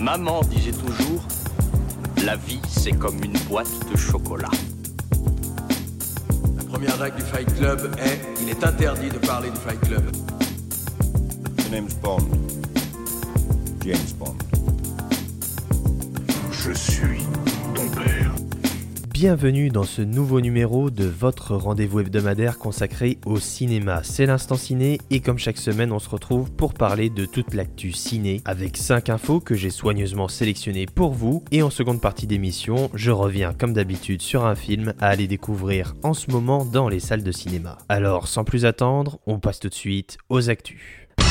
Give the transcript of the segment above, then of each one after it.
Maman disait toujours, la vie c'est comme une boîte de chocolat. La première règle du Fight Club est, il est interdit de parler du Fight Club. My name's Bond. James Bond. Je suis ton père. Bienvenue dans ce nouveau numéro de votre rendez-vous hebdomadaire consacré au cinéma. C'est l'Instant Ciné et comme chaque semaine on se retrouve pour parler de toute l'actu ciné avec 5 infos que j'ai soigneusement sélectionnées pour vous. Et en seconde partie d'émission, je reviens comme d'habitude sur un film à aller découvrir en ce moment dans les salles de cinéma. Alors sans plus attendre, on passe tout de suite aux actus.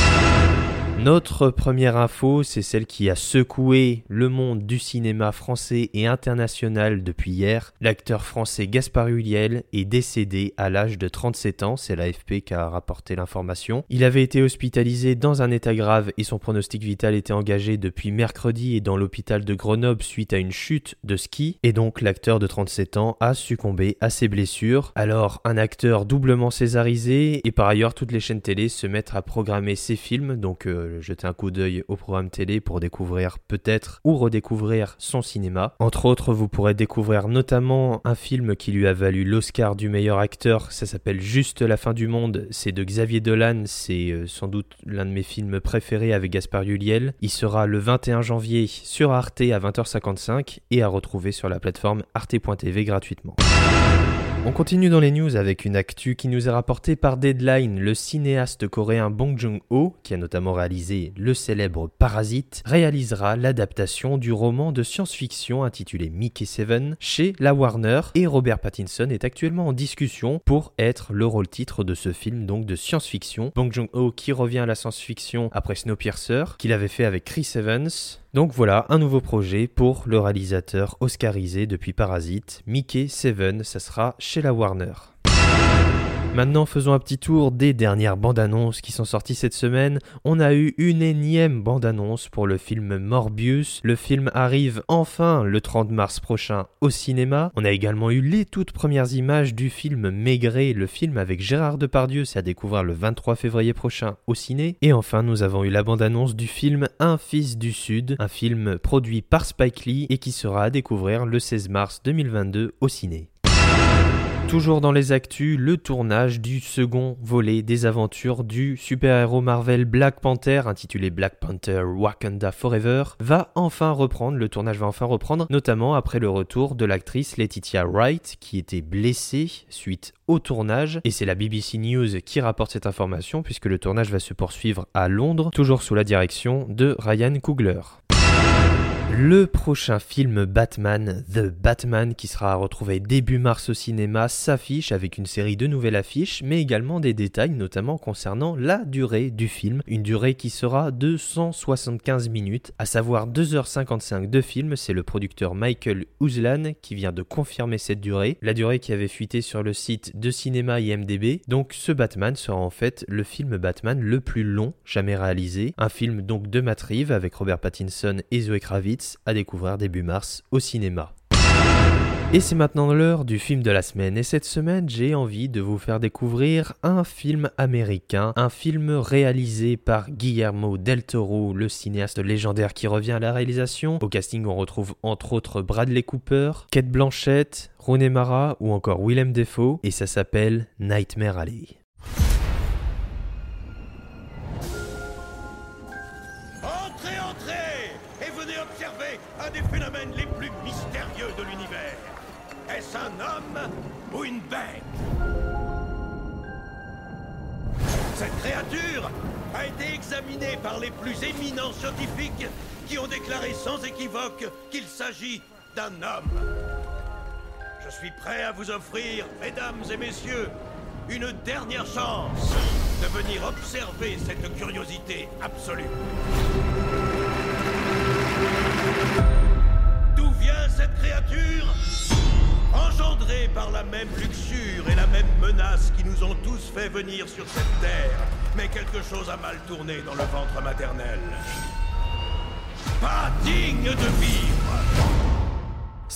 Notre première info, c'est celle qui a secoué le monde du cinéma français et international depuis hier. L'acteur français Gaspard Ulliel est décédé à l'âge de 37 ans, c'est l'AFP qui a rapporté l'information. Il avait été hospitalisé dans un état grave et son pronostic vital était engagé depuis mercredi et dans l'hôpital de Grenoble suite à une chute de ski. Et donc l'acteur de 37 ans a succombé à ses blessures. Alors un acteur doublement césarisé et par ailleurs toutes les chaînes télé se mettent à programmer ses films, donc jeter un coup d'œil au programme télé pour découvrir peut-être ou redécouvrir son cinéma. Entre autres, vous pourrez découvrir notamment un film qui lui a valu l'Oscar du meilleur acteur, ça s'appelle Juste la fin du monde, c'est de Xavier Dolan, c'est sans doute l'un de mes films préférés avec Gaspard Ulliel. Il sera le 21 janvier sur Arte à 20h55 et à retrouver sur la plateforme arte.tv gratuitement. On continue dans les news avec une actu qui nous est rapportée par Deadline. Le cinéaste coréen Bong Joon-ho, qui a notamment réalisé le célèbre Parasite, réalisera l'adaptation du roman de science-fiction intitulé Mickey 7 chez la Warner et Robert Pattinson est actuellement en discussion pour être le rôle-titre de ce film donc de science-fiction. Bong Joon-ho qui revient à la science-fiction après Snowpiercer, qu'il avait fait avec Chris Evans. Donc voilà, un nouveau projet pour le réalisateur oscarisé depuis Parasite. Mickey 7, ça sera chez la Warner. Maintenant, faisons un petit tour des dernières bandes-annonces qui sont sorties cette semaine. On a eu une énième bande-annonce pour le film Morbius. Le film arrive enfin le 30 mars prochain au cinéma. On a également eu les toutes premières images du film Maigret, le film avec Gérard Depardieu, c'est à découvrir le 23 février prochain au ciné. Et enfin, nous avons eu la bande-annonce du film Un fils du Sud, un film produit par Spike Lee et qui sera à découvrir le 16 mars 2022 au ciné. Toujours dans les actus, le tournage du second volet des aventures du super-héros Marvel Black Panther, intitulé Black Panther Wakanda Forever, va enfin reprendre, notamment après le retour de l'actrice Letitia Wright, qui était blessée suite au tournage, et c'est la BBC News qui rapporte cette information, puisque le tournage va se poursuivre à Londres, toujours sous la direction de Ryan Coogler. Le prochain film Batman, The Batman, qui sera à retrouver début mars au cinéma, s'affiche avec une série de nouvelles affiches, mais également des détails, notamment concernant la durée du film. Une durée qui sera de 175 minutes, à savoir 2h55 de film. C'est le producteur Michael Uslan qui vient de confirmer cette durée. La durée qui avait fuité sur le site de cinéma IMDb. Donc ce Batman sera en fait le film Batman le plus long jamais réalisé. Un film donc de Matt Reeves avec Robert Pattinson et Zoe Kravitz, à découvrir début mars au cinéma. Et c'est maintenant l'heure du film de la semaine, et cette semaine j'ai envie de vous faire découvrir un film américain, un film réalisé par Guillermo del Toro, le cinéaste légendaire qui revient à la réalisation. Au casting on retrouve entre autres Bradley Cooper, Cate Blanchett, Rooney Mara ou encore Willem Dafoe, et ça s'appelle Nightmare Alley. Un des phénomènes les plus mystérieux de l'univers. Est-ce un homme ou une bête? Cette créature a été examinée par les plus éminents scientifiques qui ont déclaré sans équivoque qu'il s'agit d'un homme. Je suis prêt à vous offrir, mesdames et messieurs, une dernière chance de venir observer cette curiosité absolue. D'où vient cette créature? Engendrée par la même luxure et la même menace qui nous ont tous fait venir sur cette terre. Mais quelque chose a mal tourné dans le ventre maternel. Pas digne de vivre!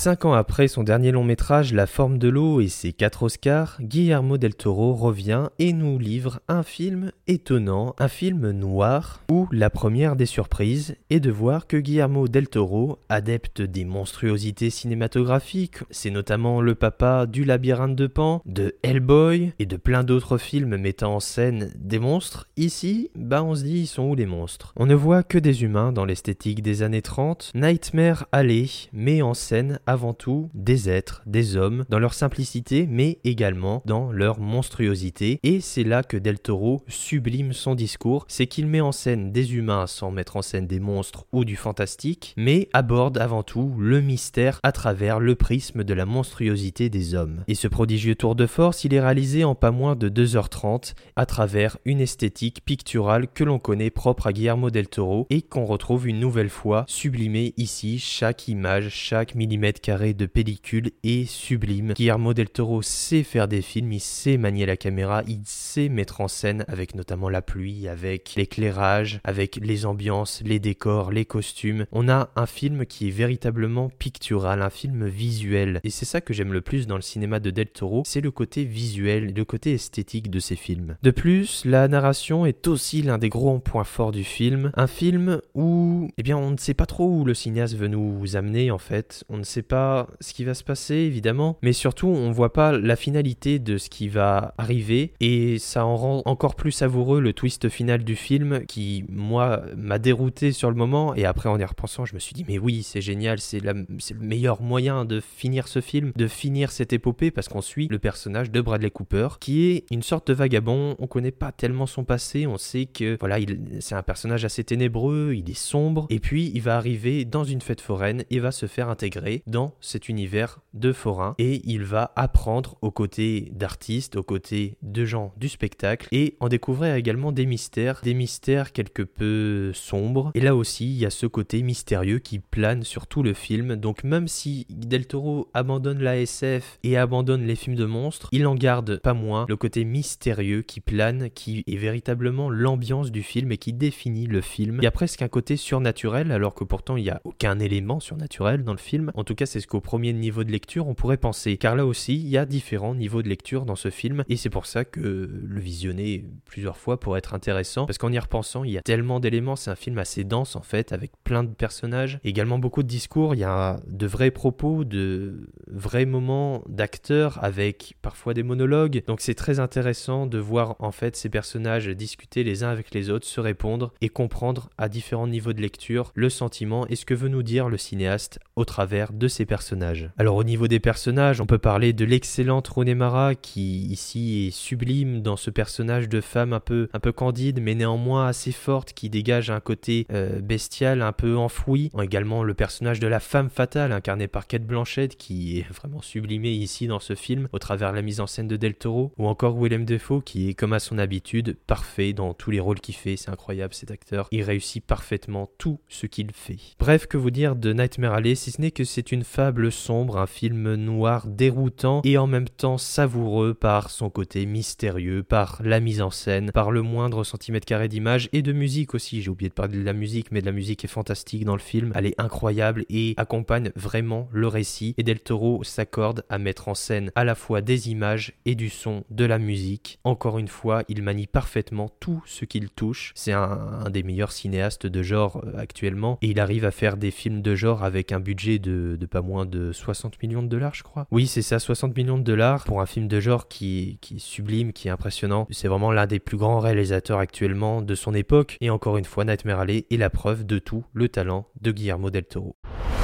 5 ans après son dernier long métrage La forme de l'eau et ses 4 Oscars, Guillermo del Toro revient et nous livre un film étonnant, un film noir, où la première des surprises est de voir que Guillermo del Toro, adepte des monstruosités cinématographiques, c'est notamment le papa du Labyrinthe de Pan, de Hellboy et de plein d'autres films mettant en scène des monstres, ici, on se dit ils sont où les monstres ? On ne voit que des humains dans l'esthétique des années 30, Nightmare Alley met en scène avant tout des êtres, des hommes, dans leur simplicité, mais également dans leur monstruosité. Et c'est là que Del Toro sublime son discours, c'est qu'il met en scène des humains sans mettre en scène des monstres ou du fantastique, mais aborde avant tout le mystère à travers le prisme de la monstruosité des hommes. Et ce prodigieux tour de force, il est réalisé en pas moins de 2h30 à travers une esthétique picturale que l'on connaît propre à Guillermo del Toro et qu'on retrouve une nouvelle fois sublimée ici. Chaque image, chaque millimètre carré de pellicule est sublime. Guillermo del Toro sait faire des films, il sait manier la caméra, il sait mettre en scène avec notamment la pluie, avec l'éclairage, avec les ambiances, les décors, les costumes. On a un film qui est véritablement pictural, un film visuel. Et c'est ça que j'aime le plus dans le cinéma de del Toro, c'est le côté visuel, le côté esthétique de ses films. De plus, la narration est aussi l'un des gros points forts du film. Un film où, on ne sait pas trop où le cinéaste veut nous amener en fait. On ne sait pas ce qui va se passer évidemment, mais surtout on voit pas la finalité de ce qui va arriver et ça en rend encore plus savoureux le twist final du film qui, moi, m'a dérouté sur le moment et après en y repensant je me suis dit mais oui c'est génial, c'est le meilleur moyen de finir ce film, de finir cette épopée parce qu'on suit le personnage de Bradley Cooper qui est une sorte de vagabond, on connaît pas tellement son passé, on sait que voilà c'est un personnage assez ténébreux, il est sombre et puis il va arriver dans une fête foraine et va se faire intégrer dans cet univers de forains et il va apprendre aux côtés d'artistes, aux côtés de gens du spectacle et en découvrir également des mystères quelque peu sombres et là aussi il y a ce côté mystérieux qui plane sur tout le film. Donc même si Del Toro abandonne la SF et abandonne les films de monstres, il en garde pas moins le côté mystérieux qui plane, qui est véritablement l'ambiance du film et qui définit le film. Il y a presque un côté surnaturel alors que pourtant il n'y a aucun élément surnaturel dans le film. En tout cas c'est ce qu'au premier niveau de lecture on pourrait penser, car là aussi il y a différents niveaux de lecture dans ce film et c'est pour ça que le visionner plusieurs fois pourrait être intéressant parce qu'en y repensant il y a tellement d'éléments, c'est un film assez dense en fait avec plein de personnages, également beaucoup de discours, il y a de vrais propos, de vrais moments d'acteurs avec parfois des monologues, donc c'est très intéressant de voir en fait ces personnages discuter les uns avec les autres, se répondre et comprendre à différents niveaux de lecture le sentiment et ce que veut nous dire le cinéaste au travers de ces personnages. Alors au niveau des personnages, on peut parler de l'excellente Rooney Mara qui ici est sublime dans ce personnage de femme un peu candide mais néanmoins assez forte qui dégage un côté bestial un peu enfoui. Également le personnage de la femme fatale incarnée par Cate Blanchett qui est vraiment sublimée ici dans ce film au travers de la mise en scène de Del Toro ou encore Willem Dafoe qui est comme à son habitude parfait dans tous les rôles qu'il fait, c'est incroyable cet acteur, il réussit parfaitement tout ce qu'il fait. Bref, que vous dire de Nightmare Alley si ce n'est que c'est une fable sombre, un film noir déroutant et en même temps savoureux par son côté mystérieux, par la mise en scène, par le moindre centimètre carré d'image et de musique aussi. J'ai oublié de parler de la musique, mais de la musique est fantastique dans le film, elle est incroyable et accompagne vraiment le récit et Del Toro s'accorde à mettre en scène à la fois des images et du son, de la musique. Encore une fois, il manie parfaitement tout ce qu'il touche. C'est un des meilleurs cinéastes de genre actuellement et il arrive à faire des films de genre avec un budget de pas moins de 60 millions de dollars je crois. Oui c'est ça, 60 millions de dollars pour un film de genre qui est sublime, qui est impressionnant. C'est vraiment l'un des plus grands réalisateurs actuellement de son époque et encore une fois Nightmare Alley est la preuve de tout le talent de Guillermo del Toro.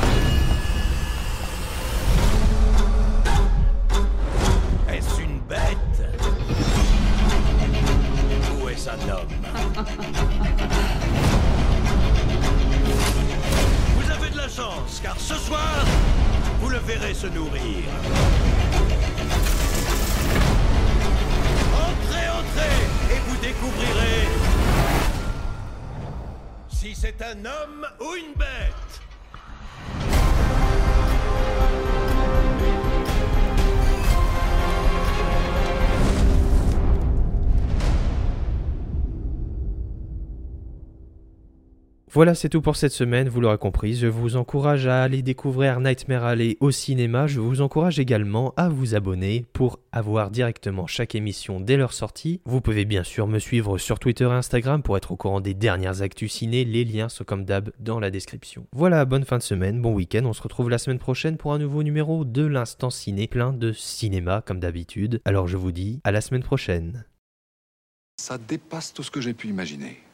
Est-ce une bête? Ou est-ce un homme? Vous avez de la chance, car ce soir, vous le verrez se nourrir. Entrez, et vous découvrirez si c'est un homme ou une bête. Voilà, c'est tout pour cette semaine, vous l'aurez compris, je vous encourage à aller découvrir Nightmare Alley au cinéma, je vous encourage également à vous abonner pour avoir directement chaque émission dès leur sortie. Vous pouvez bien sûr me suivre sur Twitter et Instagram pour être au courant des dernières actus ciné, les liens sont comme d'hab dans la description. Voilà, bonne fin de semaine, bon week-end, on se retrouve la semaine prochaine pour un nouveau numéro de l'Instant Ciné, plein de cinéma comme d'habitude. Alors je vous dis à la semaine prochaine. Ça dépasse tout ce que j'ai pu imaginer.